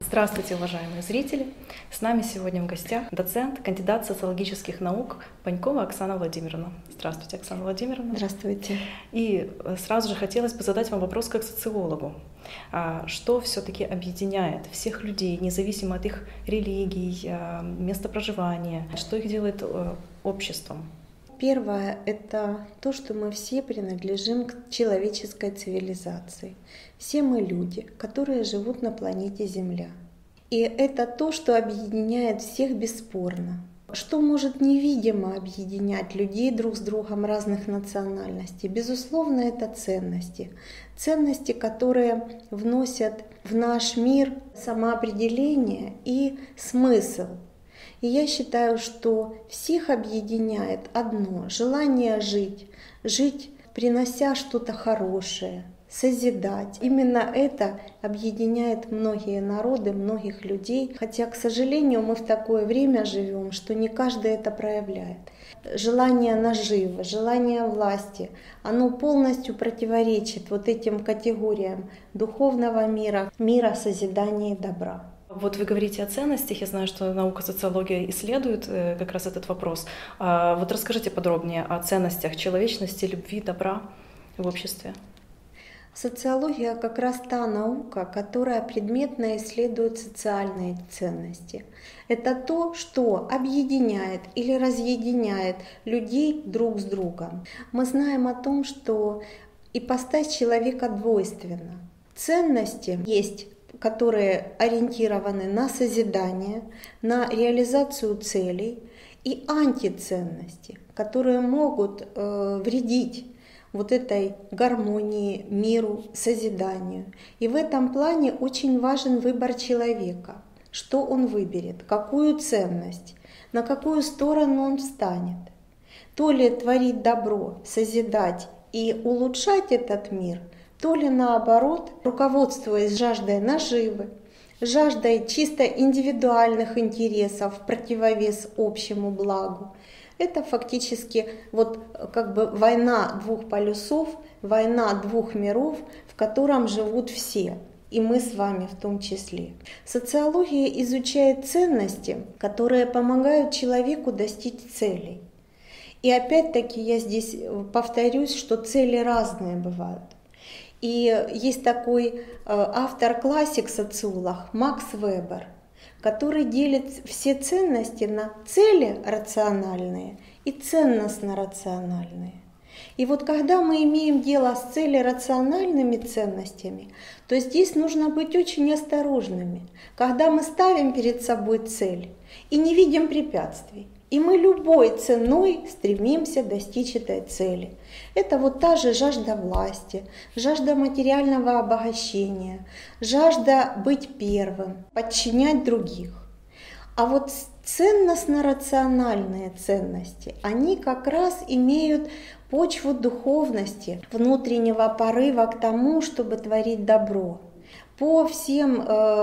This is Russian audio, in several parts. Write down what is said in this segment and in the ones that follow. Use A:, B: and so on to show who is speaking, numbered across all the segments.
A: Здравствуйте, уважаемые зрители! С нами сегодня в гостях доцент, кандидат социологических наук Панькова Оксана Владимировна. Здравствуйте, Оксана Владимировна.
B: Здравствуйте.
A: И сразу же хотелось бы задать вам вопрос как социологу. Что все-таки объединяет всех людей, независимо от их религий, места проживания? Что их делает обществом?
B: Первое — это то, что мы все принадлежим к человеческой цивилизации. Все мы люди, которые живут на планете Земля. И это то, что объединяет всех бесспорно. Что может невидимо объединять людей друг с другом разных национальностей? Безусловно, это ценности. Ценности, которые вносят в наш мир самоопределение и смысл. И я считаю, что всех объединяет одно — желание жить, принося что-то хорошее, созидать. Именно это объединяет многие народы, многих людей, хотя, к сожалению, мы в такое время живем, что не каждый это проявляет. Желание наживы, желание власти, оно полностью противоречит вот этим категориям духовного мира, мира созидания и добра.
A: Вот вы говорите о ценностях, я знаю, что наука социология исследует как раз этот вопрос. Вот расскажите подробнее о ценностях человечности, любви, добра в обществе.
B: Социология как раз та наука, которая предметно исследует социальные ценности. Это то, что объединяет или разъединяет людей друг с другом. Мы знаем о том, что ипостась человека двойственна. Ценности есть, которые ориентированы на созидание, на реализацию целей, и антиценности, которые могут вредить вот этой гармонии, миру, созиданию. И в этом плане очень важен выбор человека, что он выберет, какую ценность, на какую сторону он встанет. То ли творить добро, созидать и улучшать этот мир, то ли наоборот, руководствуясь жаждой наживы, жаждой чисто индивидуальных интересов в противовес общему благу. Это фактически вот как бы война двух полюсов, война двух миров, в котором живут все, и мы с вами в том числе. Социология изучает ценности, которые помогают человеку достичь целей. И опять-таки я здесь повторюсь, что цели разные бывают. И есть такой автор-классик, социолог Макс Вебер, который делит все ценности на цели рациональные и ценностно-рациональные. И вот когда мы имеем дело с целерациональными ценностями, то здесь нужно быть очень осторожными, когда мы ставим перед собой цель и не видим препятствий. И мы любой ценой стремимся достичь этой цели. Это вот та же жажда власти, жажда материального обогащения, жажда быть первым, подчинять других. А вот ценностно-рациональные ценности, они как раз имеют почву духовности, внутреннего порыва к тому, чтобы творить добро. По всем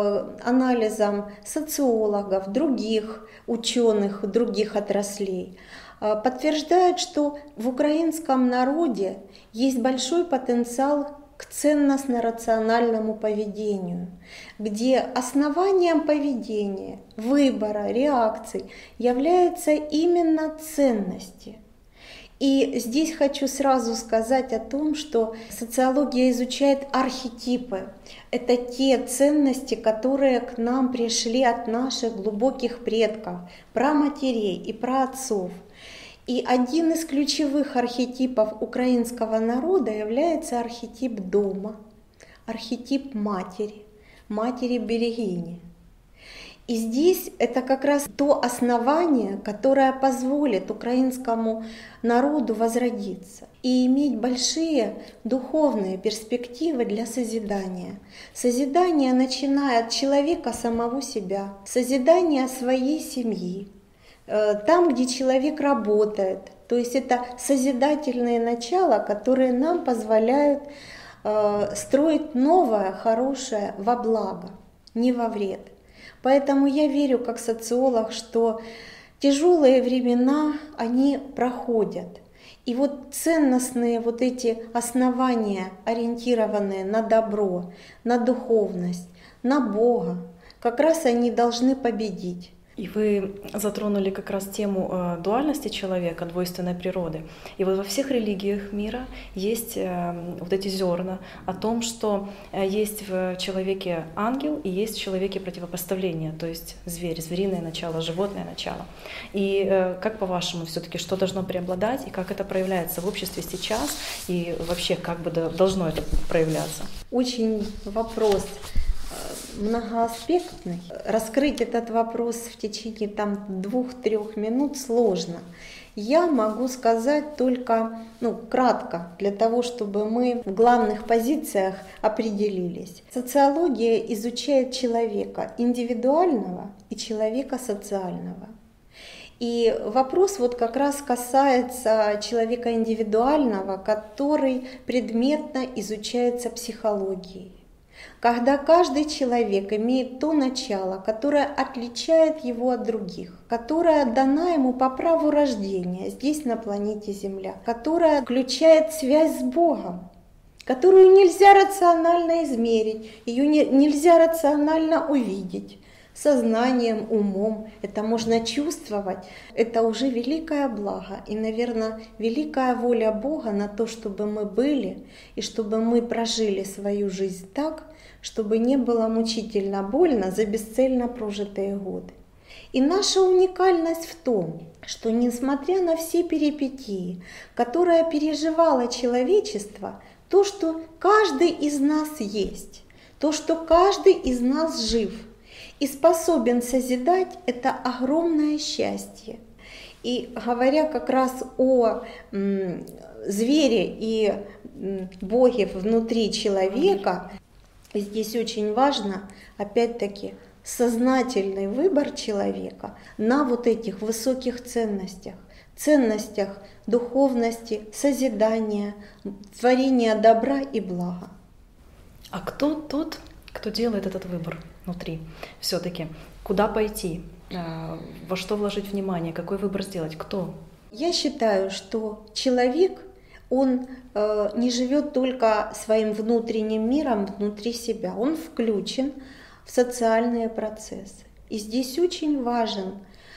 B: анализам социологов, других ученых, других отраслей, подтверждают, что в украинском народе есть большой потенциал к ценностно-рациональному поведению, где основанием поведения, выбора, реакций являются именно ценности. И здесь хочу сразу сказать о том, что социология изучает архетипы. Это те ценности, которые к нам пришли от наших глубоких предков, праматерей и праотцов. И один из ключевых архетипов украинского народа является архетип дома, архетип матери, матери-берегини. И здесь это как раз то основание, которое позволит украинскому народу возродиться и иметь большие духовные перспективы для созидания. Созидание, начиная от человека самого себя, созидание своей семьи, там, где человек работает. То есть это созидательные начала, которые нам позволяют строить новое, хорошее во благо, не во вред. Поэтому я верю как социолог, что тяжелые времена, они проходят. И вот ценностные вот эти основания, ориентированные на добро, на духовность, на Бога, как раз они должны победить.
A: И вы затронули как раз тему дуальности человека, двойственной природы. И вот во всех религиях мира есть вот эти зерна о том, что есть в человеке ангел и есть в человеке противопоставление, то есть зверь, звериное начало, животное начало. И как по-вашему все-таки, что должно преобладать и как это проявляется в обществе сейчас и вообще как бы должно это проявляться?
B: Очень вопрос многоаспектный. Раскрыть этот вопрос в течение 2-3 минут сложно. Я могу сказать только кратко, для того, чтобы мы в главных позициях определились. Социология изучает человека индивидуального и человека социального. И вопрос как раз касается человека индивидуального, который предметно изучается психологией. Когда каждый человек имеет то начало, которое отличает его от других, которое дано ему по праву рождения здесь на планете Земля, которое включает связь с Богом, которую нельзя рационально измерить, ее нельзя рационально увидеть. Сознанием, умом, это можно чувствовать, это уже великое благо и, наверное, великая воля Бога на то, чтобы мы были и чтобы мы прожили свою жизнь так, чтобы не было мучительно больно за бесцельно прожитые годы. И наша уникальность в том, что несмотря на все перипетии, которые переживало человечество, то, что каждый из нас есть, то, что каждый из нас жив и способен созидать, это огромное счастье. И говоря как раз о звере и Боге внутри человека, здесь очень важно, опять-таки, сознательный выбор человека на вот этих высоких ценностях, ценностях духовности, созидания, творения добра и блага.
A: А кто тот, кто делает этот выбор внутри все-таки? Куда пойти? Во что вложить внимание? Какой выбор сделать? Кто?
B: Я считаю, что человек, он не живет только своим внутренним миром внутри себя, он включен в социальные процессы. И здесь очень важен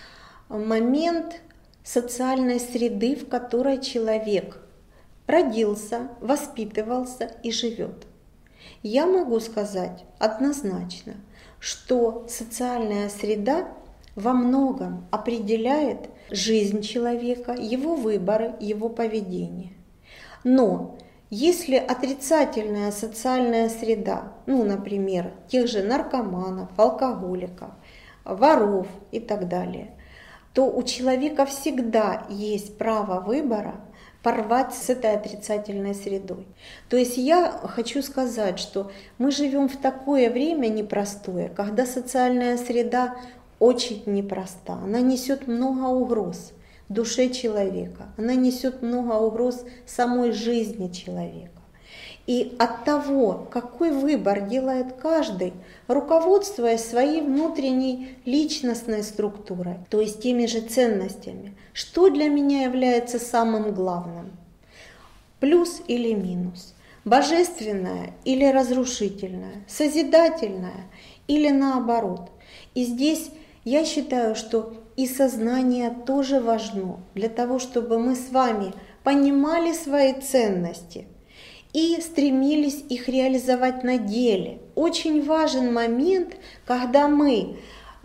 B: момент социальной среды, в которой человек родился, воспитывался и живет. Я могу сказать однозначно, что социальная среда во многом определяет жизнь человека, его выборы, его поведение. Но если отрицательная социальная среда, например, тех же наркоманов, алкоголиков, воров и так далее, то у человека всегда есть право выбора порвать с этой отрицательной средой. То есть я хочу сказать, что мы живем в такое время непростое, когда социальная среда очень непроста. Она несет много угроз душе человека, она несет много угроз самой жизни человека. И от того, какой выбор делает каждый, руководствуясь своей внутренней личностной структурой, то есть теми же ценностями, что для меня является самым главным, плюс или минус, божественное или разрушительное, созидательное или наоборот. И здесь я считаю, что и сознание тоже важно для того, чтобы мы с вами понимали свои ценности и стремились их реализовать на деле. Очень важен момент, когда мы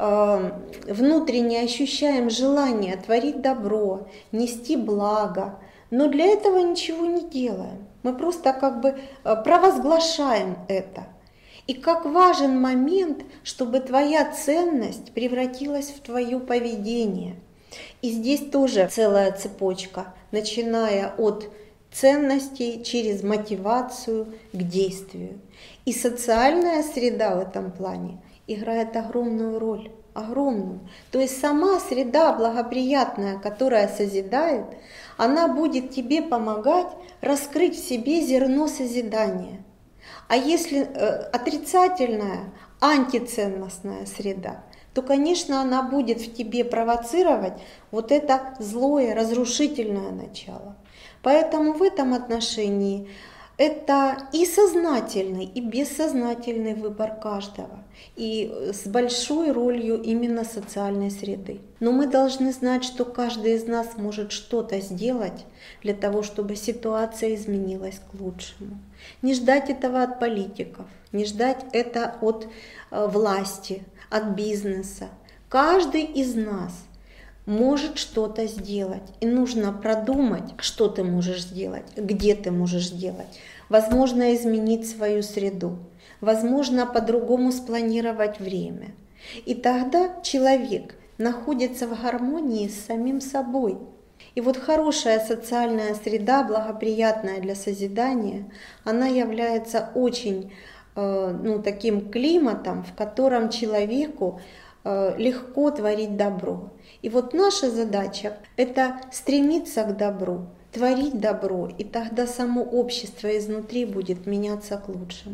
B: внутренне ощущаем желание творить добро, нести благо, но для этого ничего не делаем. Мы просто провозглашаем это. И как важен момент, чтобы твоя ценность превратилась в твое поведение. И здесь тоже целая цепочка, начиная от ценностей через мотивацию к действию. И социальная среда в этом плане играет огромную роль, огромную. То есть сама среда благоприятная, которая созидает, она будет тебе помогать раскрыть в себе зерно созидания. А если отрицательная, антиценностная среда, то, конечно, она будет в тебе провоцировать вот это злое, разрушительное начало. Поэтому в этом отношении Это и сознательный, и бессознательный выбор каждого, и с большой ролью именно социальной среды. Но мы должны знать, что каждый из нас может что-то сделать для того, чтобы ситуация изменилась к лучшему. Не ждать этого от политиков, не ждать это от власти, от бизнеса. Каждый из нас может что-то сделать. И нужно продумать, что ты можешь сделать, где ты можешь сделать. Возможно, изменить свою среду. Возможно, по-другому спланировать время. И тогда человек находится в гармонии с самим собой. И вот хорошая социальная среда, благоприятная для созидания, она является очень таким климатом, в котором человеку легко творить добро. И вот наша задача – это стремиться к добру, творить добро, и тогда само общество изнутри будет меняться к лучшему.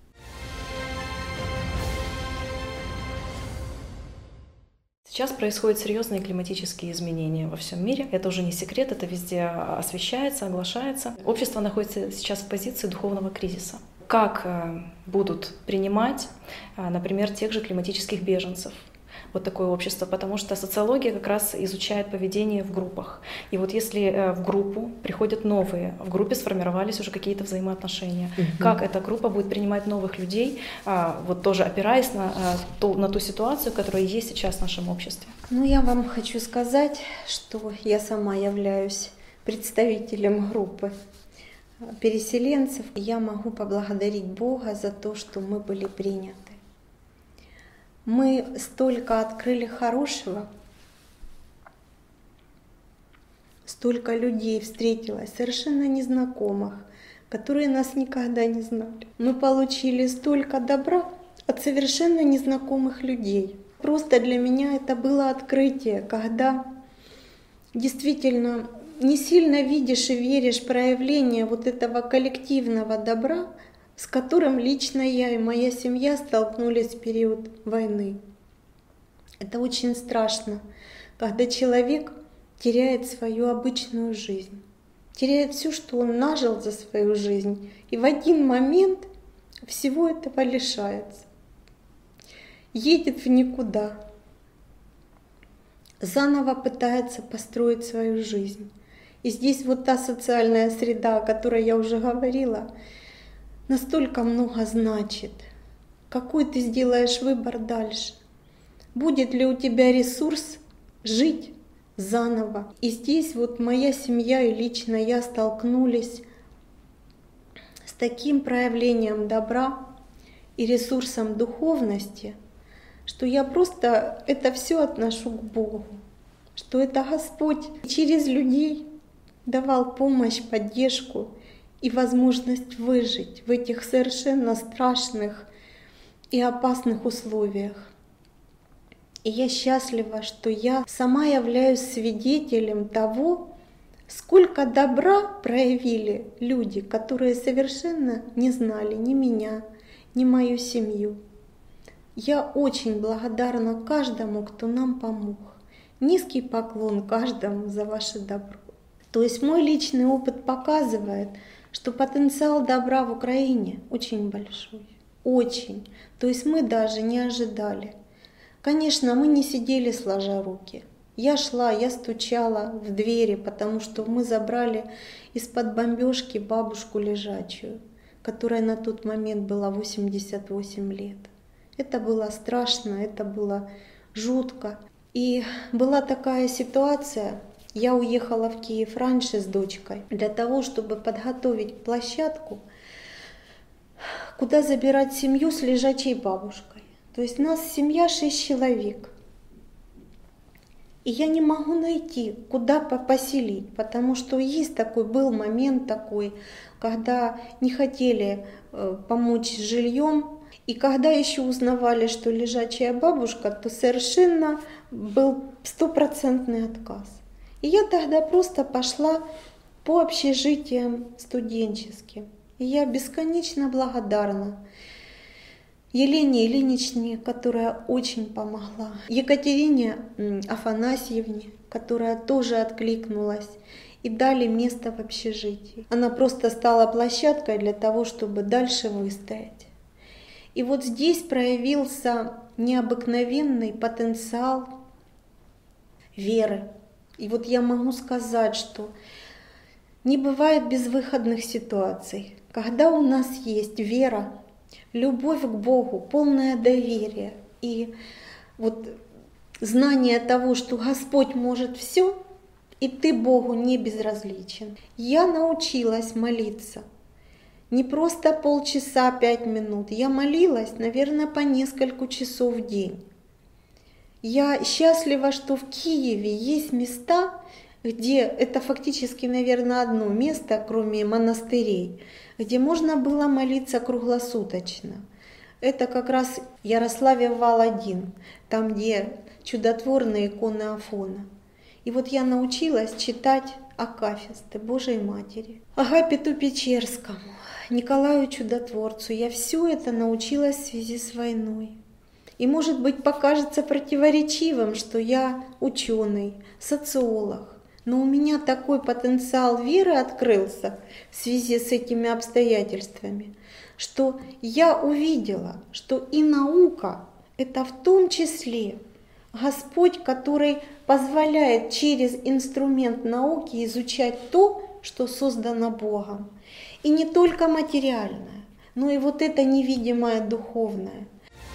A: Сейчас происходят серьезные климатические изменения во всем мире. Это уже не секрет, это везде освещается, оглашается. Общество находится сейчас в позиции духовного кризиса. Как будут принимать, например, тех же климатических беженцев? Вот такое общество, потому что социология как раз изучает поведение в группах. И вот если в группу приходят новые, в группе сформировались уже какие-то взаимоотношения, как эта группа будет принимать новых людей, вот тоже опираясь на ту ситуацию, которая есть сейчас в нашем обществе?
B: Я вам хочу сказать, что я сама являюсь представителем группы переселенцев. Я могу поблагодарить Бога за то, что мы были приняты. Мы столько открыли хорошего, столько людей встретилось, совершенно незнакомых, которые нас никогда не знали. Мы получили столько добра от совершенно незнакомых людей. Просто для меня это было открытие, когда действительно не сильно видишь и веришь проявление вот этого коллективного добра, с которым лично я и моя семья столкнулись в период войны. Это очень страшно, когда человек теряет свою обычную жизнь, теряет все, что он нажил за свою жизнь, и в один момент всего этого лишается. Едет в никуда, заново пытается построить свою жизнь. И здесь вот та социальная среда, о которой я уже говорила, настолько много значит. Какой ты сделаешь выбор дальше? Будет ли у тебя ресурс жить заново? И здесь вот моя семья и лично я столкнулись с таким проявлением добра и ресурсом духовности, что я просто это все отношу к Богу, что это Господь через людей давал помощь, поддержку и возможность выжить в этих совершенно страшных и опасных условиях. И я счастлива, что я сама являюсь свидетелем того, сколько добра проявили люди, которые совершенно не знали ни меня, ни мою семью. Я очень благодарна каждому, кто нам помог. Низкий поклон каждому за ваше добро. То есть мой личный опыт показывает, что потенциал добра в Украине очень большой. Очень. То есть мы даже не ожидали. Конечно, мы не сидели сложа руки. Я шла, я стучала в двери, потому что мы забрали из-под бомбежки бабушку лежачую, которой на тот момент было 88 лет. Это было страшно, это было жутко. И была такая ситуация, я уехала в Киев раньше с дочкой для того, чтобы подготовить площадку, куда забирать семью с лежачей бабушкой. То есть нас семья 6 человек. И я не могу найти, куда поселить, потому что был момент такой, когда не хотели помочь с жильем. И когда еще узнавали, что лежачая бабушка, то совершенно был 100% отказ. И я тогда просто пошла по общежитиям студенческим. И я бесконечно благодарна Елене Ильиничне, которая очень помогла, Екатерине Афанасьевне, которая тоже откликнулась, и дали место в общежитии. Она просто стала площадкой для того, чтобы дальше выстоять. И вот здесь проявился необыкновенный потенциал веры. И вот я могу сказать, что не бывает безвыходных ситуаций. Когда у нас есть вера, любовь к Богу, полное доверие и вот знание того, что Господь может все, и ты Богу не безразличен. Я научилась молиться. Не просто полчаса, 5 минут. Я молилась, наверное, по несколько часов в день. Я счастлива, что в Киеве есть места, где это фактически, наверное, одно место, кроме монастырей, где можно было молиться круглосуточно. Это как раз Ярославе вал 1, там, где чудотворные иконы Афона. И вот я научилась читать акафисты Божией Матери, Агапиту Печерскому, Николаю Чудотворцу. Я все это научилась в связи с войной. И, может быть, покажется противоречивым, что я ученый, социолог, но у меня такой потенциал веры открылся в связи с этими обстоятельствами, что я увидела, что и наука – это в том числе Господь, который позволяет через инструмент науки изучать то, что создано Богом. И не только материальное, но и вот это невидимое духовное.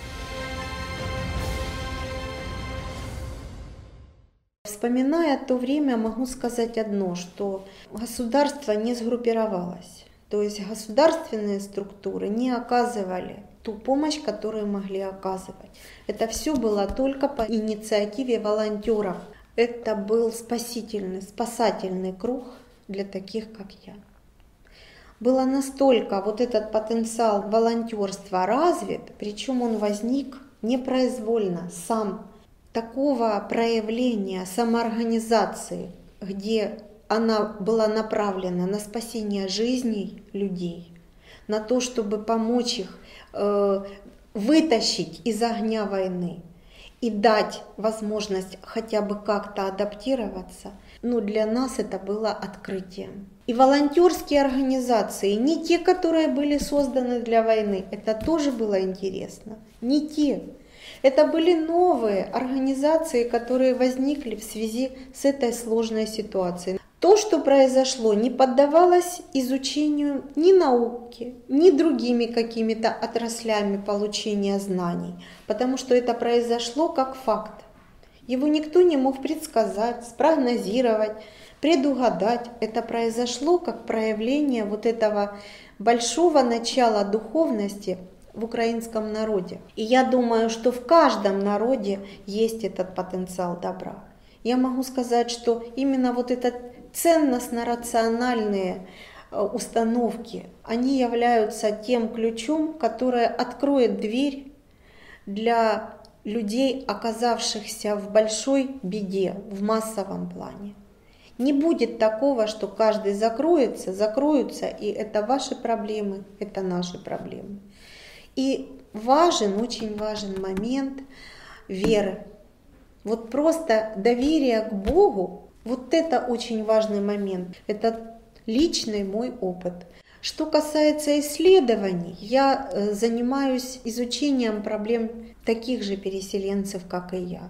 B: Вспоминая то время, могу сказать одно, что государство не сгруппировалось. То есть государственные структуры не оказывали ту помощь, которую могли оказывать. Это все было только по инициативе волонтеров. Это был спасательный круг для таких, как я. Было настолько вот этот потенциал волонтерства развит, причем он возник непроизвольно, сам. Такого проявления самоорганизации, где она была направлена на спасение жизней людей, на то, чтобы помочь их вытащить из огня войны и дать возможность хотя бы как-то адаптироваться, для нас это было открытием. И волонтерские организации, не те, которые были созданы для войны, это тоже было интересно, не те. Это были новые организации, которые возникли в связи с этой сложной ситуацией. То, что произошло, не поддавалось изучению ни науки, ни другими какими-то отраслями получения знаний, потому что это произошло как факт. Его никто не мог предсказать, спрогнозировать, предугадать. Это произошло как проявление вот этого большого начала духовности в украинском народе. И я думаю, что в каждом народе есть этот потенциал добра. Я могу сказать, что именно вот этот ценностно-рациональные установки, они являются тем ключом, который откроет дверь для людей, оказавшихся в большой беде, в массовом плане. Не будет такого, что каждый закроются, и это ваши проблемы, это наши проблемы. И очень важен момент веры. Вот просто доверие к Богу, вот это очень важный момент. Это личный мой опыт. Что касается исследований, я занимаюсь изучением проблем таких же переселенцев, как и я.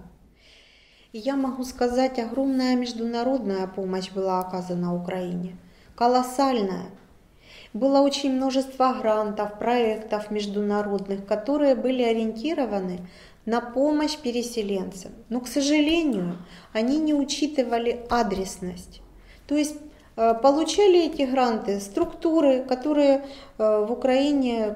B: И я могу сказать, огромная международная помощь была оказана Украине, колоссальная. Было очень множество грантов, проектов международных, которые были ориентированы на помощь переселенцам. Но, к сожалению, они не учитывали адресность. То есть получали эти гранты структуры, которые в Украине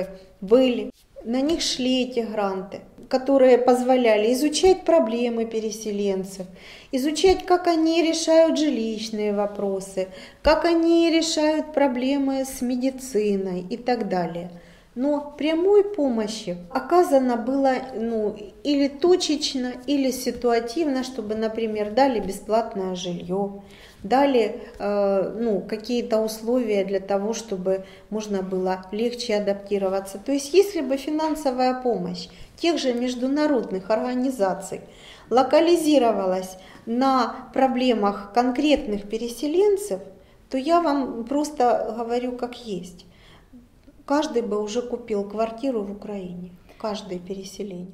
B: были. На них шли эти гранты, которые позволяли изучать проблемы переселенцев, изучать, как они решают жилищные вопросы, как они решают проблемы с медициной и так далее. Но прямой помощи оказано было или точечно, или ситуативно, чтобы, например, дали бесплатное жилье, дали какие-то условия для того, чтобы можно было легче адаптироваться. То есть если бы финансовая помощь тех же международных организаций локализировалась на проблемах конкретных переселенцев, то я вам просто говорю как есть. Каждый бы уже купил квартиру в Украине, каждый переселенец.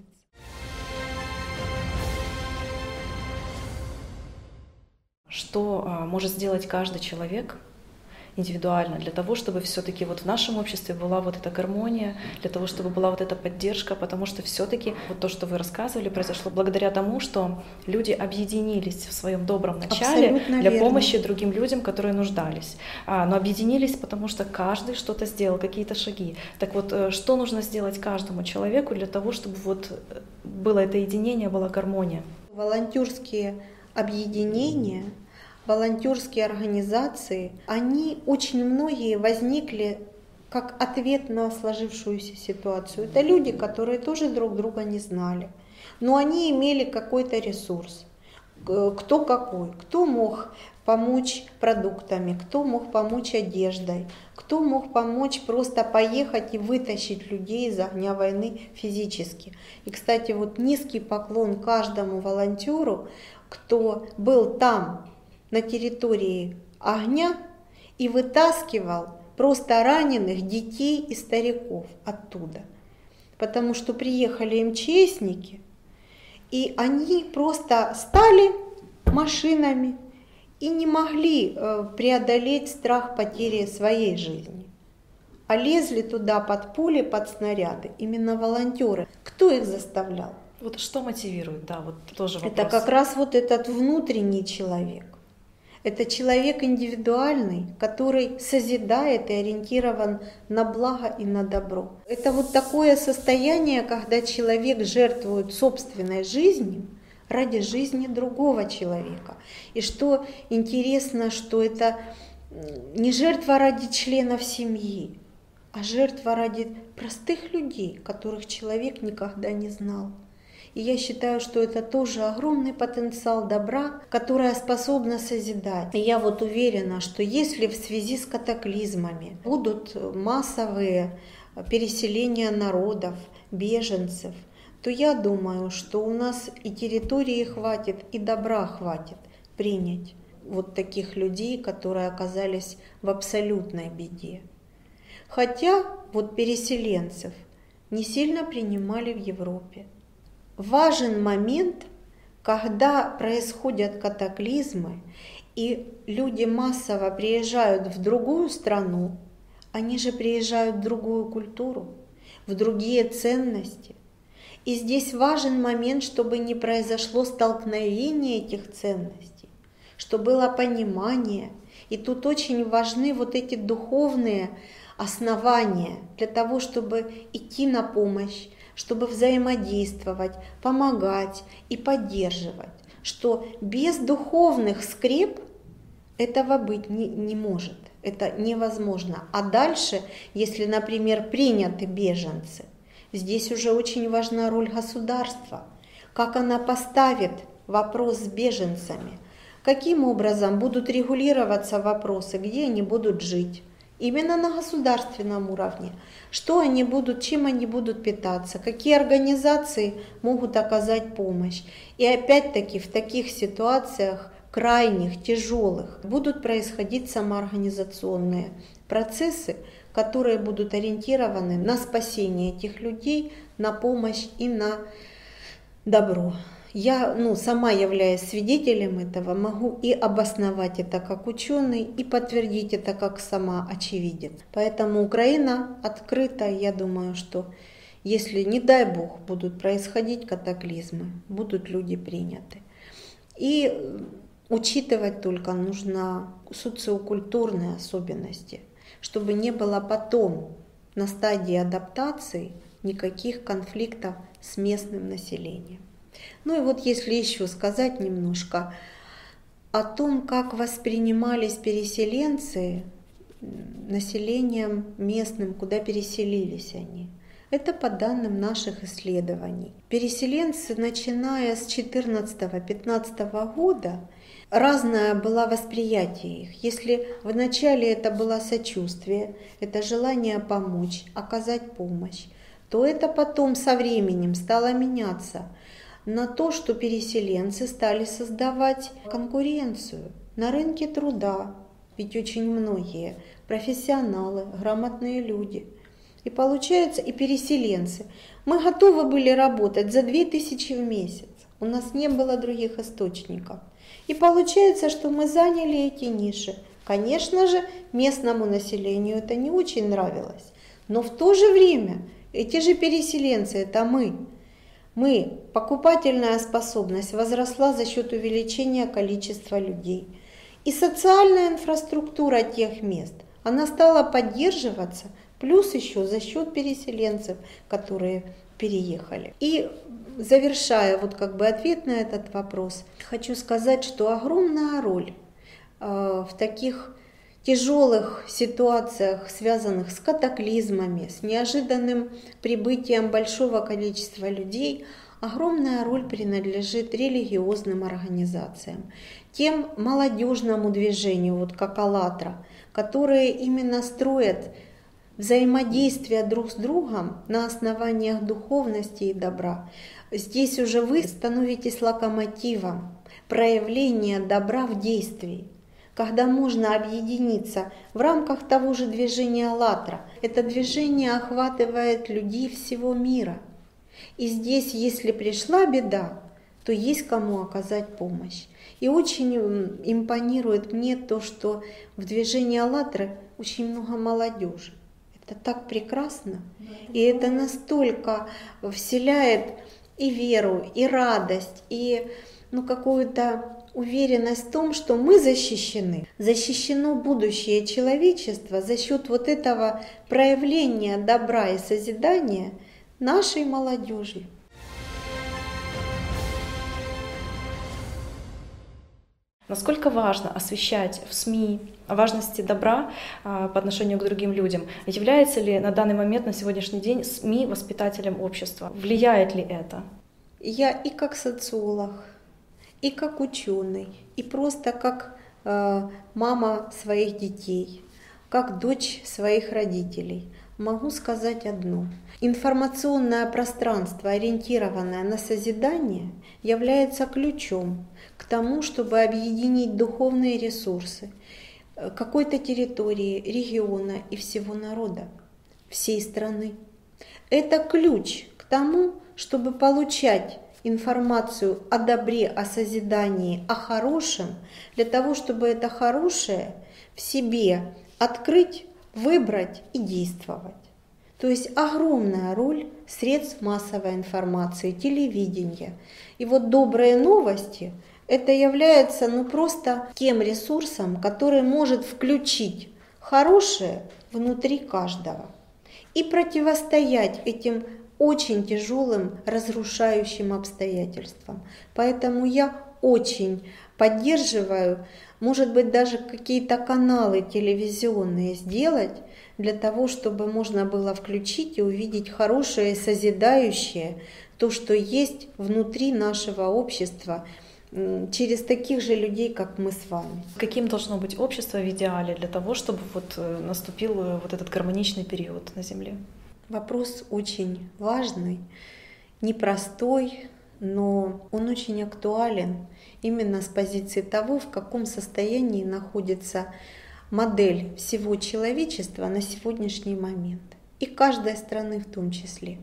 A: Что может сделать каждый человек индивидуально для того, чтобы все-таки вот в нашем обществе была вот эта гармония, для того, чтобы была вот эта поддержка, потому что все-таки вот то, что вы рассказывали, произошло благодаря тому, что люди объединились в своем добром начале
B: Абсолютно
A: для
B: верно.
A: помощи другим людям, которые нуждались. Но объединились, потому что каждый что-то сделал, какие-то шаги. Так вот, что нужно сделать каждому человеку для того, чтобы вот было это единение, была гармония?
B: Волонтерские объединения, волонтерские организации, они очень многие возникли как ответ на сложившуюся ситуацию. Это люди, которые тоже друг друга не знали, но они имели какой-то ресурс. Кто какой? Кто мог помочь продуктами, кто мог помочь одеждой, кто мог помочь просто поехать и вытащить людей из огня войны физически. И, кстати, вот низкий поклон каждому волонтеру, кто был там, на территории огня, и вытаскивал просто раненых детей и стариков оттуда. Потому что приехали МЧСники, и они просто стали машинами и не могли преодолеть страх потери своей жизни. А лезли туда под пули, под снаряды именно волонтеры. Кто их заставлял?
A: Вот что мотивирует, да, вот тоже вопрос.
B: Это как раз вот этот внутренний человек. Это человек индивидуальный, который созидает и ориентирован на благо и на добро. Это вот такое состояние, когда человек жертвует собственной жизнью ради жизни другого человека. И что интересно, что это не жертва ради членов семьи, а жертва ради простых людей, которых человек никогда не знал. И я считаю, что это тоже огромный потенциал добра, которое способно созидать. И я вот уверена, что если в связи с катаклизмами будут массовые переселения народов, беженцев, то я думаю, что у нас и территории хватит, и добра хватит принять вот таких людей, которые оказались в абсолютной беде. Хотя вот переселенцев не сильно принимали в Европе. Важен момент, когда происходят катаклизмы, и люди массово приезжают в другую страну, они же приезжают в другую культуру, в другие ценности. И здесь важен момент, чтобы не произошло столкновение этих ценностей, чтобы было понимание. И тут очень важны вот эти духовные основания для того, чтобы идти на помощь, чтобы взаимодействовать, помогать и поддерживать, что без духовных скреп этого быть не может, это невозможно. А дальше, если, например, приняты беженцы, здесь уже очень важна роль государства, как она поставит вопрос с беженцами, каким образом будут регулироваться вопросы, где они будут жить. Именно на государственном уровне, что они будут, чем они будут питаться, какие организации могут оказать помощь. И опять-таки в таких ситуациях крайних, тяжелых, будут происходить самоорганизационные процессы, которые будут ориентированы на спасение этих людей, на помощь и на добро. Я сама являюсь свидетелем этого, могу и обосновать это как ученый, и подтвердить это как сама очевидец. Поэтому Украина открыта, я думаю, что если, не дай Бог, будут происходить катаклизмы, будут люди приняты. И учитывать только нужно социокультурные особенности, чтобы не было потом на стадии адаптации никаких конфликтов с местным населением. Ну и вот если еще сказать немножко о том, как воспринимались переселенцы населением местным, куда переселились они. Это по данным наших исследований. Переселенцы, начиная с 2014-2015 года, разное было восприятие их. Если вначале это было сочувствие, это желание помочь, оказать помощь, то это потом со временем стало меняться на то, что переселенцы стали создавать конкуренцию на рынке труда. Ведь очень многие профессионалы, грамотные люди. И получается, и переселенцы. Мы готовы были работать за 2000 в месяц. У нас не было других источников. И получается, что мы заняли эти ниши. Конечно же, местному населению это не очень нравилось. Но в то же время эти же переселенцы, это мы. Покупательная способность возросла за счет увеличения количества людей. И социальная инфраструктура тех мест, она стала поддерживаться, плюс еще за счет переселенцев, которые переехали. И завершая ответ на этот вопрос, хочу сказать, что огромная роль в таких тяжелых ситуациях, связанных с катаклизмами, с неожиданным прибытием большого количества людей, огромная роль принадлежит религиозным организациям, тем молодежному движению, как «АЛЛАТРА», которые именно строят взаимодействие друг с другом на основаниях духовности и добра. Здесь уже вы становитесь локомотивом проявления добра в действии, когда можно объединиться в рамках того же движения «АЛЛАТРА». Это движение охватывает людей всего мира. И здесь, если пришла беда, то есть кому оказать помощь. И очень импонирует мне то, что в движении «АЛЛАТРА» очень много молодежи. Это так прекрасно, и это настолько вселяет и веру, и радость, и какую-то уверенность в том, что мы защищены. Защищено будущее человечества за счет этого проявления добра и созидания нашей молодежи.
A: Насколько важно освещать в СМИ о важности добра по отношению к другим людям? Является ли на данный момент, на сегодняшний день, СМИ воспитателем общества? Влияет ли это?
B: Я и как социолог, и как ученый, и просто как мама своих детей, как дочь своих родителей могу сказать одно. Информационное пространство, ориентированное на созидание, является ключом к тому, чтобы объединить духовные ресурсы какой-то территории, региона и всего народа, всей страны. Это ключ к тому, чтобы получать информацию о добре, о созидании, о хорошем, для того, чтобы это хорошее в себе открыть, выбрать и действовать. То есть огромная роль средств массовой информации, телевидения. И добрые новости – это является просто тем ресурсом, который может включить хорошее внутри каждого и противостоять этим очень тяжелым разрушающим обстоятельствам. Поэтому я очень поддерживаю, может быть, даже какие-то каналы телевизионные сделать, для того, чтобы можно было включить и увидеть хорошее, созидающее, то, что есть внутри нашего общества, через таких же людей, как мы с вами.
A: Каким должно быть общество в идеале для того, чтобы наступил этот гармоничный период на Земле?
B: Вопрос очень важный, непростой, но он очень актуален именно с позиции того, в каком состоянии находится модель всего человечества на сегодняшний момент. И каждой страны в том числе.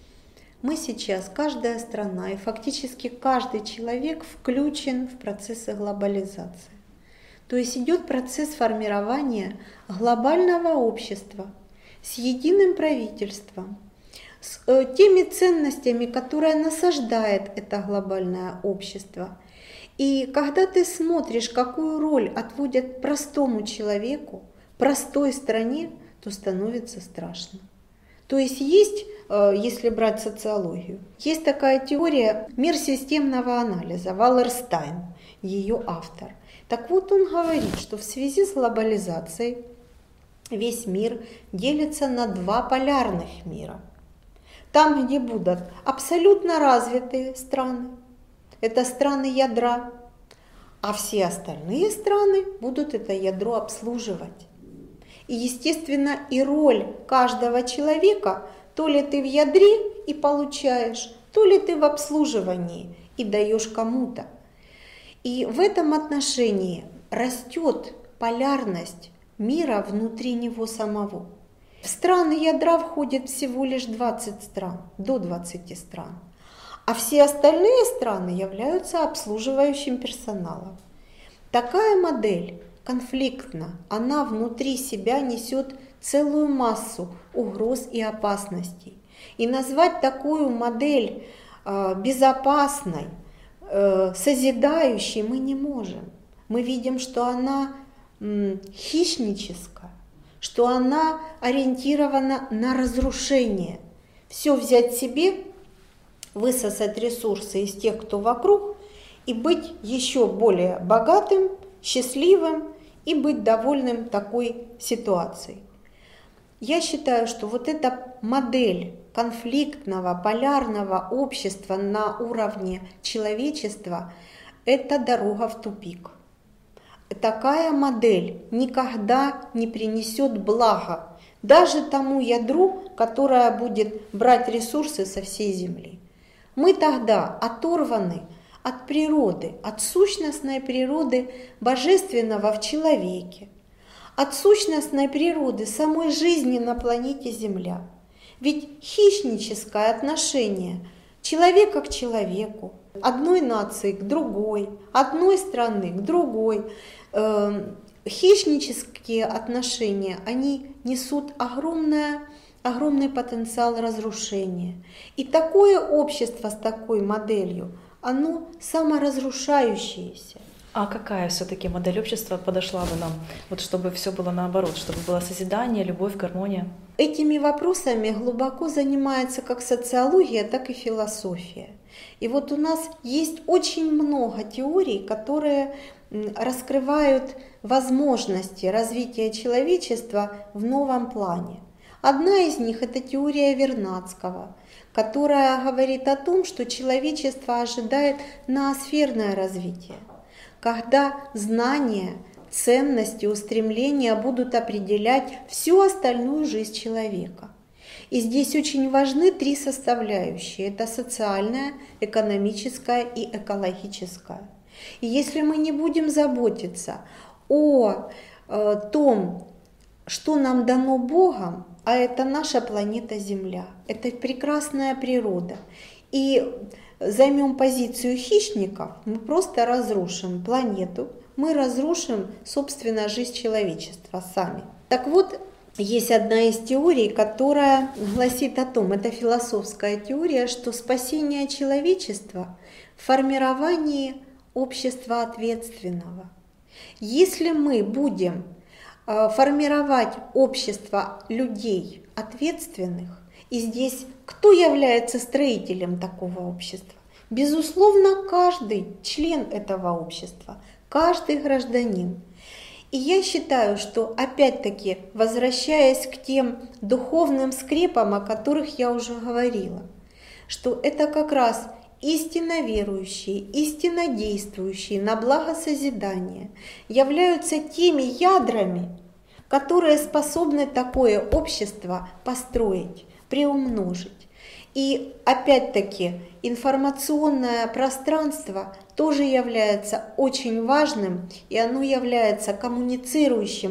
B: Мы сейчас, каждая страна и фактически каждый человек включен в процессы глобализации. То есть идет процесс формирования глобального общества с единым правительством, с теми ценностями, которые насаждает это глобальное общество. И когда ты смотришь, какую роль отводят простому человеку, простой стране, то становится страшно. То есть если брать социологию, есть такая теория «Мир системного анализа», Валlerстайн, ее автор. Так вот он говорит, что в связи с глобализацией весь мир делится на два полярных мира. Там, где будут абсолютно развитые страны, это страны ядра, а все остальные страны будут это ядро обслуживать. И, естественно, и роль каждого человека, то ли ты в ядре и получаешь, то ли ты в обслуживании и даешь кому-то. И в этом отношении растет полярность мира внутри него самого. В страны ядра входит всего лишь 20 стран, до 20 стран. А все остальные страны являются обслуживающим персоналом. Такая модель конфликтна, она внутри себя несет целую массу угроз и опасностей. И назвать такую модель безопасной, созидающей мы не можем. Мы видим, что она хищническая, что она ориентирована на разрушение. Все взять себе, высосать ресурсы из тех, кто вокруг, и быть еще более богатым, счастливым и быть довольным такой ситуацией. Я считаю, что вот эта модель конфликтного, полярного общества на уровне человечества – это дорога в тупик. Такая модель никогда не принесет блага даже тому ядру, которое будет брать ресурсы со всей Земли. Мы тогда оторваны от природы, от сущностной природы божественного в человеке, от сущностной природы самой жизни на планете Земля. Ведь хищническое отношение человека к человеку, одной нации к другой, одной страны к другой, хищнические отношения, они несут огромный потенциал разрушения. И такое общество с такой моделью, оно саморазрушающееся.
A: А какая все-таки модель общества подошла бы нам, вот чтобы все было наоборот, чтобы было созидание, любовь, гармония?
B: Этими вопросами глубоко занимается как социология, так и философия. И вот у нас есть очень много теорий, которые раскрывают возможности развития человечества в новом плане. Одна из них – это теория Вернадского, которая говорит о том, что человечество ожидает ноосферное развитие, когда знания, ценности, устремления будут определять всю остальную жизнь человека. И здесь очень важны три составляющие – это социальная, экономическая и экологическая. И если мы не будем заботиться о том, что нам дано Богом, а это наша планета Земля, это прекрасная природа, и займем позицию хищников, мы просто разрушим планету, мы разрушим, собственно, жизнь человечества сами. Так вот, есть одна из теорий, которая гласит о том, это философская теория, что спасение человечества в формировании общества ответственного. Если мы будем формировать общество людей ответственных, и здесь кто является строителем такого общества? Безусловно, каждый член этого общества, каждый гражданин. И я считаю, что опять-таки, возвращаясь к тем духовным скрепам, о которых я уже говорила, что это как раз истинно верующие, истинно действующие на благо созидания являются теми ядрами, которые способны такое общество построить, приумножить. И опять-таки информационное пространство тоже является очень важным, и оно является коммуницирующей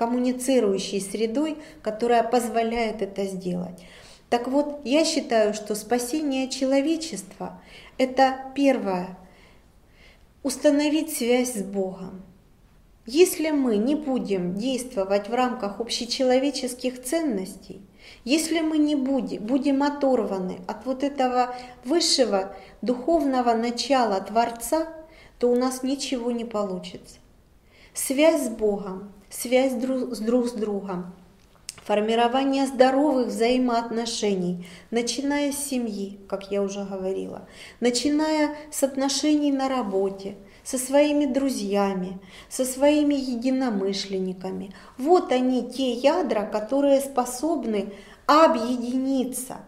B: средой, которая позволяет это сделать. Так вот, я считаю, что спасение человечества – это первое – установить связь с Богом. Если мы не будем действовать в рамках общечеловеческих ценностей, если мы не будем оторваны от вот этого высшего духовного начала Творца, то у нас ничего не получится. Связь с Богом, связь друг с другом, формирование здоровых взаимоотношений, начиная с семьи, как я уже говорила, начиная с отношений на работе, со своими друзьями, со своими единомышленниками. Вот они, те ядра, которые способны объединиться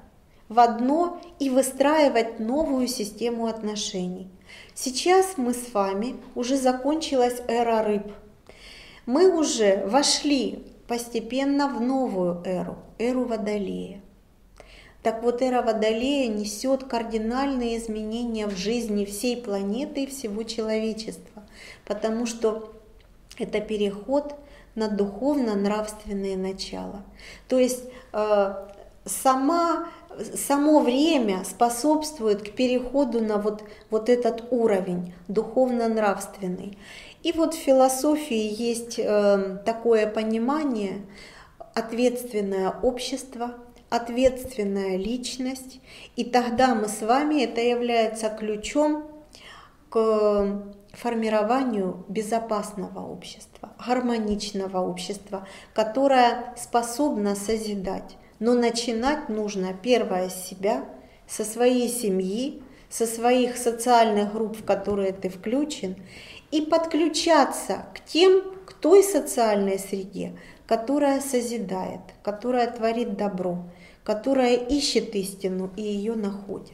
B: в одно и выстраивать новую систему отношений. Сейчас мы с вами, уже закончилась эра рыб. Мы уже вошли постепенно в новую эру, эру Водолея. Так вот, эра Водолея несет кардинальные изменения в жизни всей планеты и всего человечества, потому что это переход на духовно-нравственные начала. То есть само время способствует к переходу на вот этот уровень духовно-нравственный. И вот в философии есть такое понимание: ответственное общество, ответственная личность. И тогда мы с вами, это является ключом к формированию безопасного общества, гармоничного общества, которое способно созидать. Но начинать нужно первое с себя, со своей семьи, со своих социальных групп, в которые ты включен, и подключаться к тем, к той социальной среде, которая созидает, которая творит добро, которая ищет истину и ее находит.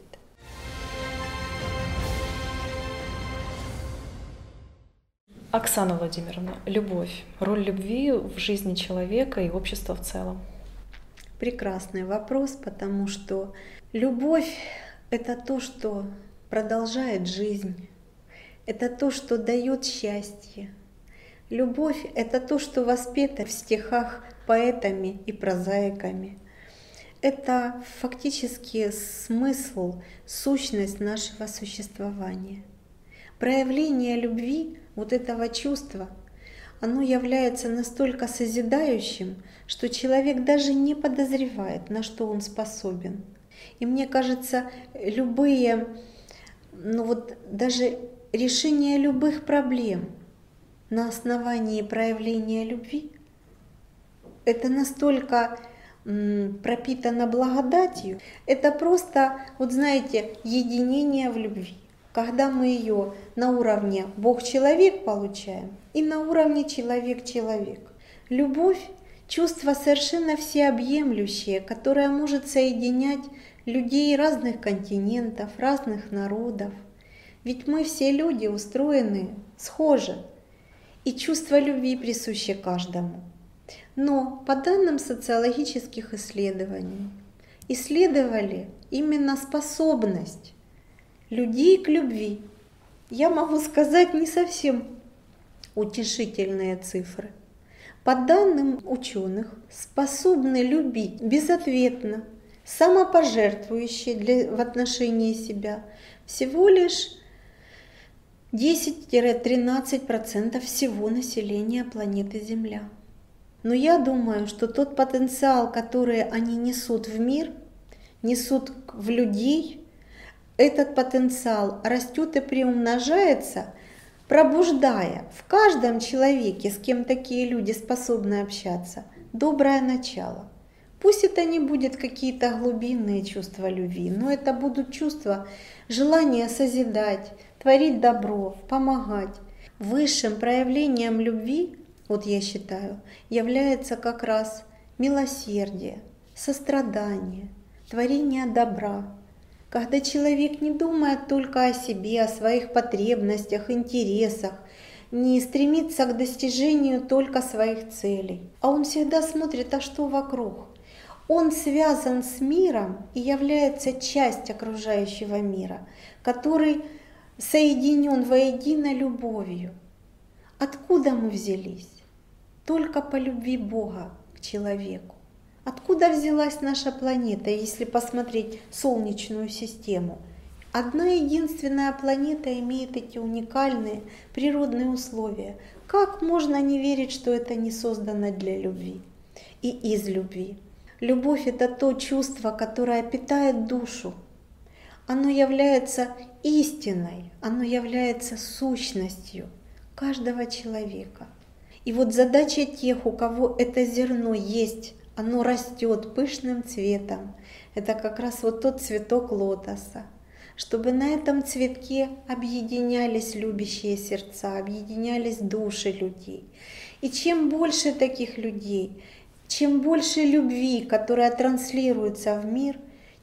A: Оксана Владимировна, любовь. Роль любви в жизни человека и общества в целом.
B: Прекрасный вопрос, потому что любовь – это то, что продолжает жизнь, это то, что дает счастье. Любовь – это то, что воспето в стихах поэтами и прозаиками. Это фактически смысл, сущность нашего существования. Проявление любви, вот этого чувства, оно является настолько созидающим, что человек даже не подозревает, на что он способен. И мне кажется, любые, даже решение любых проблем на основании проявления любви, это настолько пропитано благодатью, это просто, единение в любви. Когда мы ее на уровне Бог-человек получаем и на уровне человек-человек. Любовь – чувство совершенно всеобъемлющее, которое может соединять людей разных континентов, разных народов. Ведь мы все люди устроены схоже, и чувство любви присуще каждому. Но по данным социологических исследований, исследовали именно способность людей к любви. Я могу сказать не совсем утешительные цифры. По данным ученых, способны любить безответно, самопожертвующе в отношении себя всего лишь 10-13% всего населения планеты Земля. Но я думаю, что тот потенциал, который они несут в мир, несут в людей, этот потенциал растет и приумножается, пробуждая в каждом человеке, с кем такие люди способны общаться, доброе начало. Пусть это не будет какие-то глубинные чувства любви, но это будут чувства желания созидать, творить добро, помогать. Высшим проявлением любви, я считаю, является как раз милосердие, сострадание, творение добра. Когда человек не думает только о себе, о своих потребностях, интересах, не стремится к достижению только своих целей, а он всегда смотрит, а что вокруг. Он связан с миром и является частью окружающего мира, который соединен воедино любовью. Откуда мы взялись? Только по любви Бога к человеку. Откуда взялась наша планета, если посмотреть Солнечную систему? Одна единственная планета имеет эти уникальные природные условия. Как можно не верить, что это не создано для любви и из любви? Любовь – это то чувство, которое питает душу. Оно является истиной, оно является сущностью каждого человека. И задача тех, у кого это зерно есть, оно растет пышным цветом. Это как раз тот цветок лотоса. Чтобы на этом цветке объединялись любящие сердца, объединялись души людей. И чем больше таких людей, чем больше любви, которая транслируется в мир,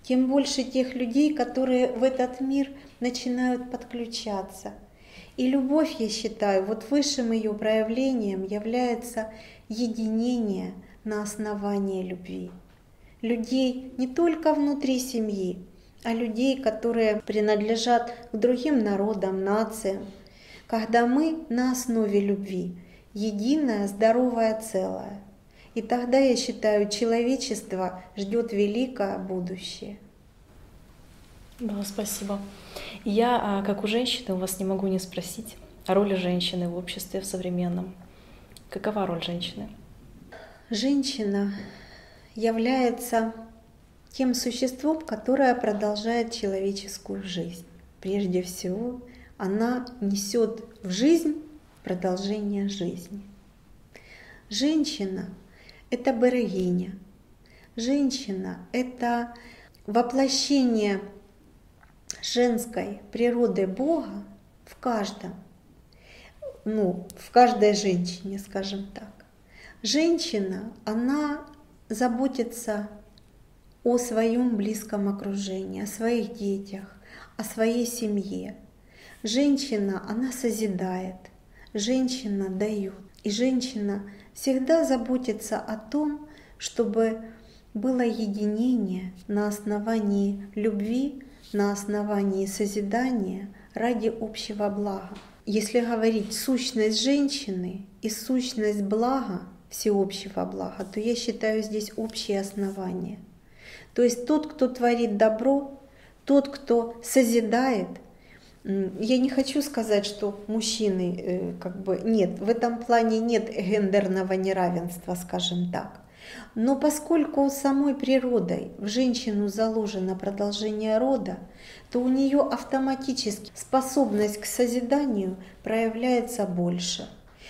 B: тем больше тех людей, которые в этот мир начинают подключаться. И любовь, я считаю, вот высшим ее проявлением является единение на основании любви. Людей не только внутри семьи, а людей, которые принадлежат к другим народам, нациям, когда мы на основе любви, единое, здоровое целое. И тогда, я считаю, человечество ждет великое будущее.
A: Да, спасибо. Я, как у женщины, у вас не могу не спросить о роли женщины в обществе в современном. Какова роль женщины?
B: Женщина является тем существом, которое продолжает человеческую жизнь. Прежде всего, она несет в жизнь продолжение жизни. Женщина – это богиня. Женщина – это воплощение женской природы Бога в каждом, в каждой женщине, скажем так. Женщина, она заботится о своем близком окружении, о своих детях, о своей семье. Женщина, она созидает, женщина дает. И женщина всегда заботится о том, чтобы было единение на основании любви, на основании созидания ради общего блага. Если говорить сущность женщины и сущность блага, всеобщего блага, то я считаю здесь общие основания. То есть тот, кто творит добро, тот, кто созидает. Я не хочу сказать, что мужчины нет, в этом плане нет гендерного неравенства, скажем так. Но поскольку самой природой в женщину заложено продолжение рода, то у нее автоматически способность к созиданию проявляется больше.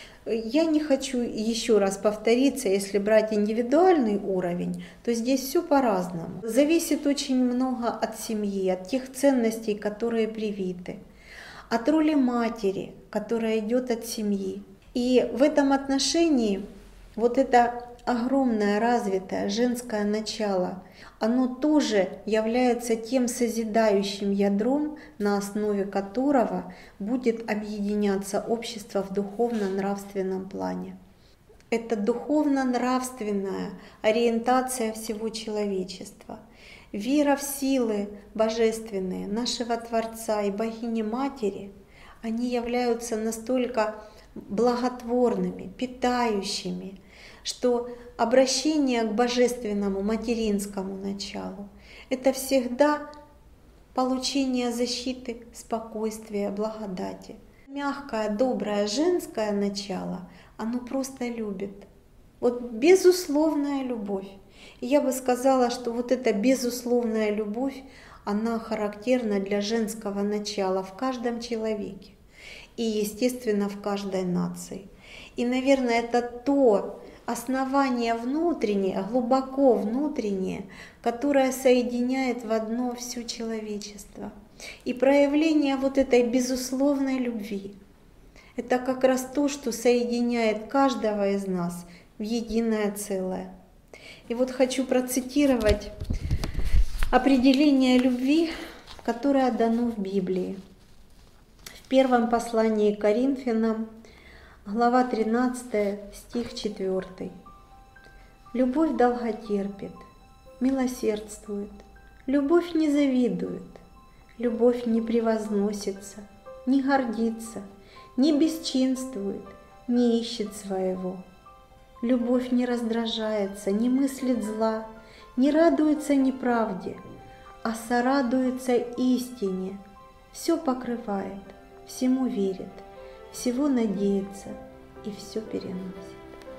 B: Я не хочу еще раз повториться, если брать индивидуальный уровень, то здесь все по-разному. Зависит очень много от семьи, от тех ценностей, которые привиты, от роли матери, которая идет от семьи. И в этом отношении вот это огромное развитое женское начало, оно тоже является тем созидающим ядром, на основе которого будет объединяться общество в духовно-нравственном плане. Это духовно-нравственная ориентация всего человечества. Вера в силы божественные нашего Творца и Богини-Матери, они являются настолько благотворными, питающими, что обращение к божественному материнскому началу – это всегда получение защиты, спокойствия, благодати. Мягкое, доброе женское начало, оно просто любит. Вот безусловная любовь. И я бы сказала, что вот эта безусловная любовь, она характерна для женского начала в каждом человеке и, естественно, в каждой нации. И, наверное, это то основание внутреннее, глубоко внутреннее, которое соединяет в одно все человечество. И проявление вот этой безусловной любви – это как раз то, что соединяет каждого из нас в единое целое. И вот хочу процитировать определение любви, которое дано в Библии. В первом послании к Коринфянам, глава 13, стих 4. «Любовь долготерпит, милосердствует, любовь не завидует, любовь не превозносится, не гордится, не бесчинствует, не ищет своего. Любовь не раздражается, не мыслит зла, не радуется неправде, а сорадуется истине, все покрывает, всему верит, всего надеется и все переносит».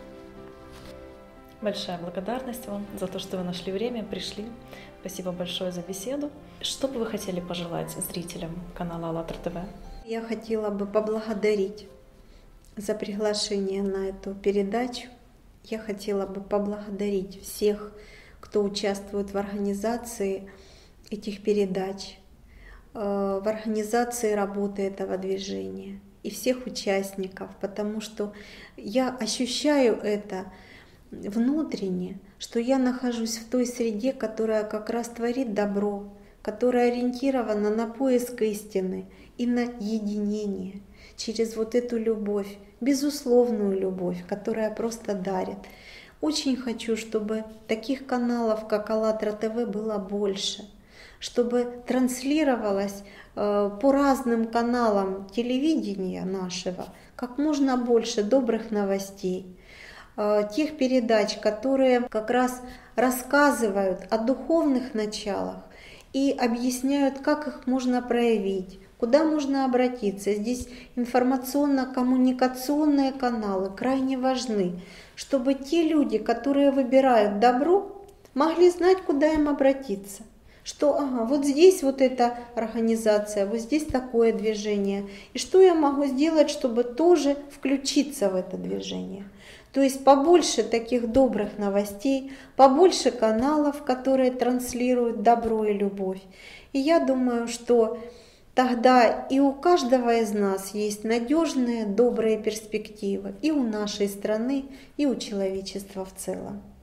A: Большая благодарность вам за то, что вы нашли время, пришли. Спасибо большое за беседу. Что бы вы хотели пожелать зрителям канала АЛЛАТРА ТВ?
B: Я хотела бы поблагодарить за приглашение на эту передачу. Я хотела бы поблагодарить всех, кто участвует в организации этих передач, в организации работы этого движения и всех участников, потому что я ощущаю это внутренне, что я нахожусь в той среде, которая как раз творит добро, которая ориентирована на поиск истины и на единение через вот эту любовь, безусловную любовь, которая просто дарит. Очень хочу, чтобы таких каналов, как АЛЛАТРА ТВ, было больше, чтобы транслировалось по разным каналам телевидения нашего как можно больше добрых новостей, тех передач, которые как раз рассказывают о духовных началах и объясняют, как их можно проявить, куда можно обратиться. Здесь информационно-коммуникационные каналы крайне важны, чтобы те люди, которые выбирают добро, могли знать, куда им обратиться. Что вот здесь вот эта организация, вот здесь такое движение. И что я могу сделать, чтобы тоже включиться в это движение. То есть побольше таких добрых новостей, побольше каналов, которые транслируют добро и любовь. И я думаю, что тогда и у каждого из нас есть надежные, добрые перспективы и у нашей страны, и у человечества в целом.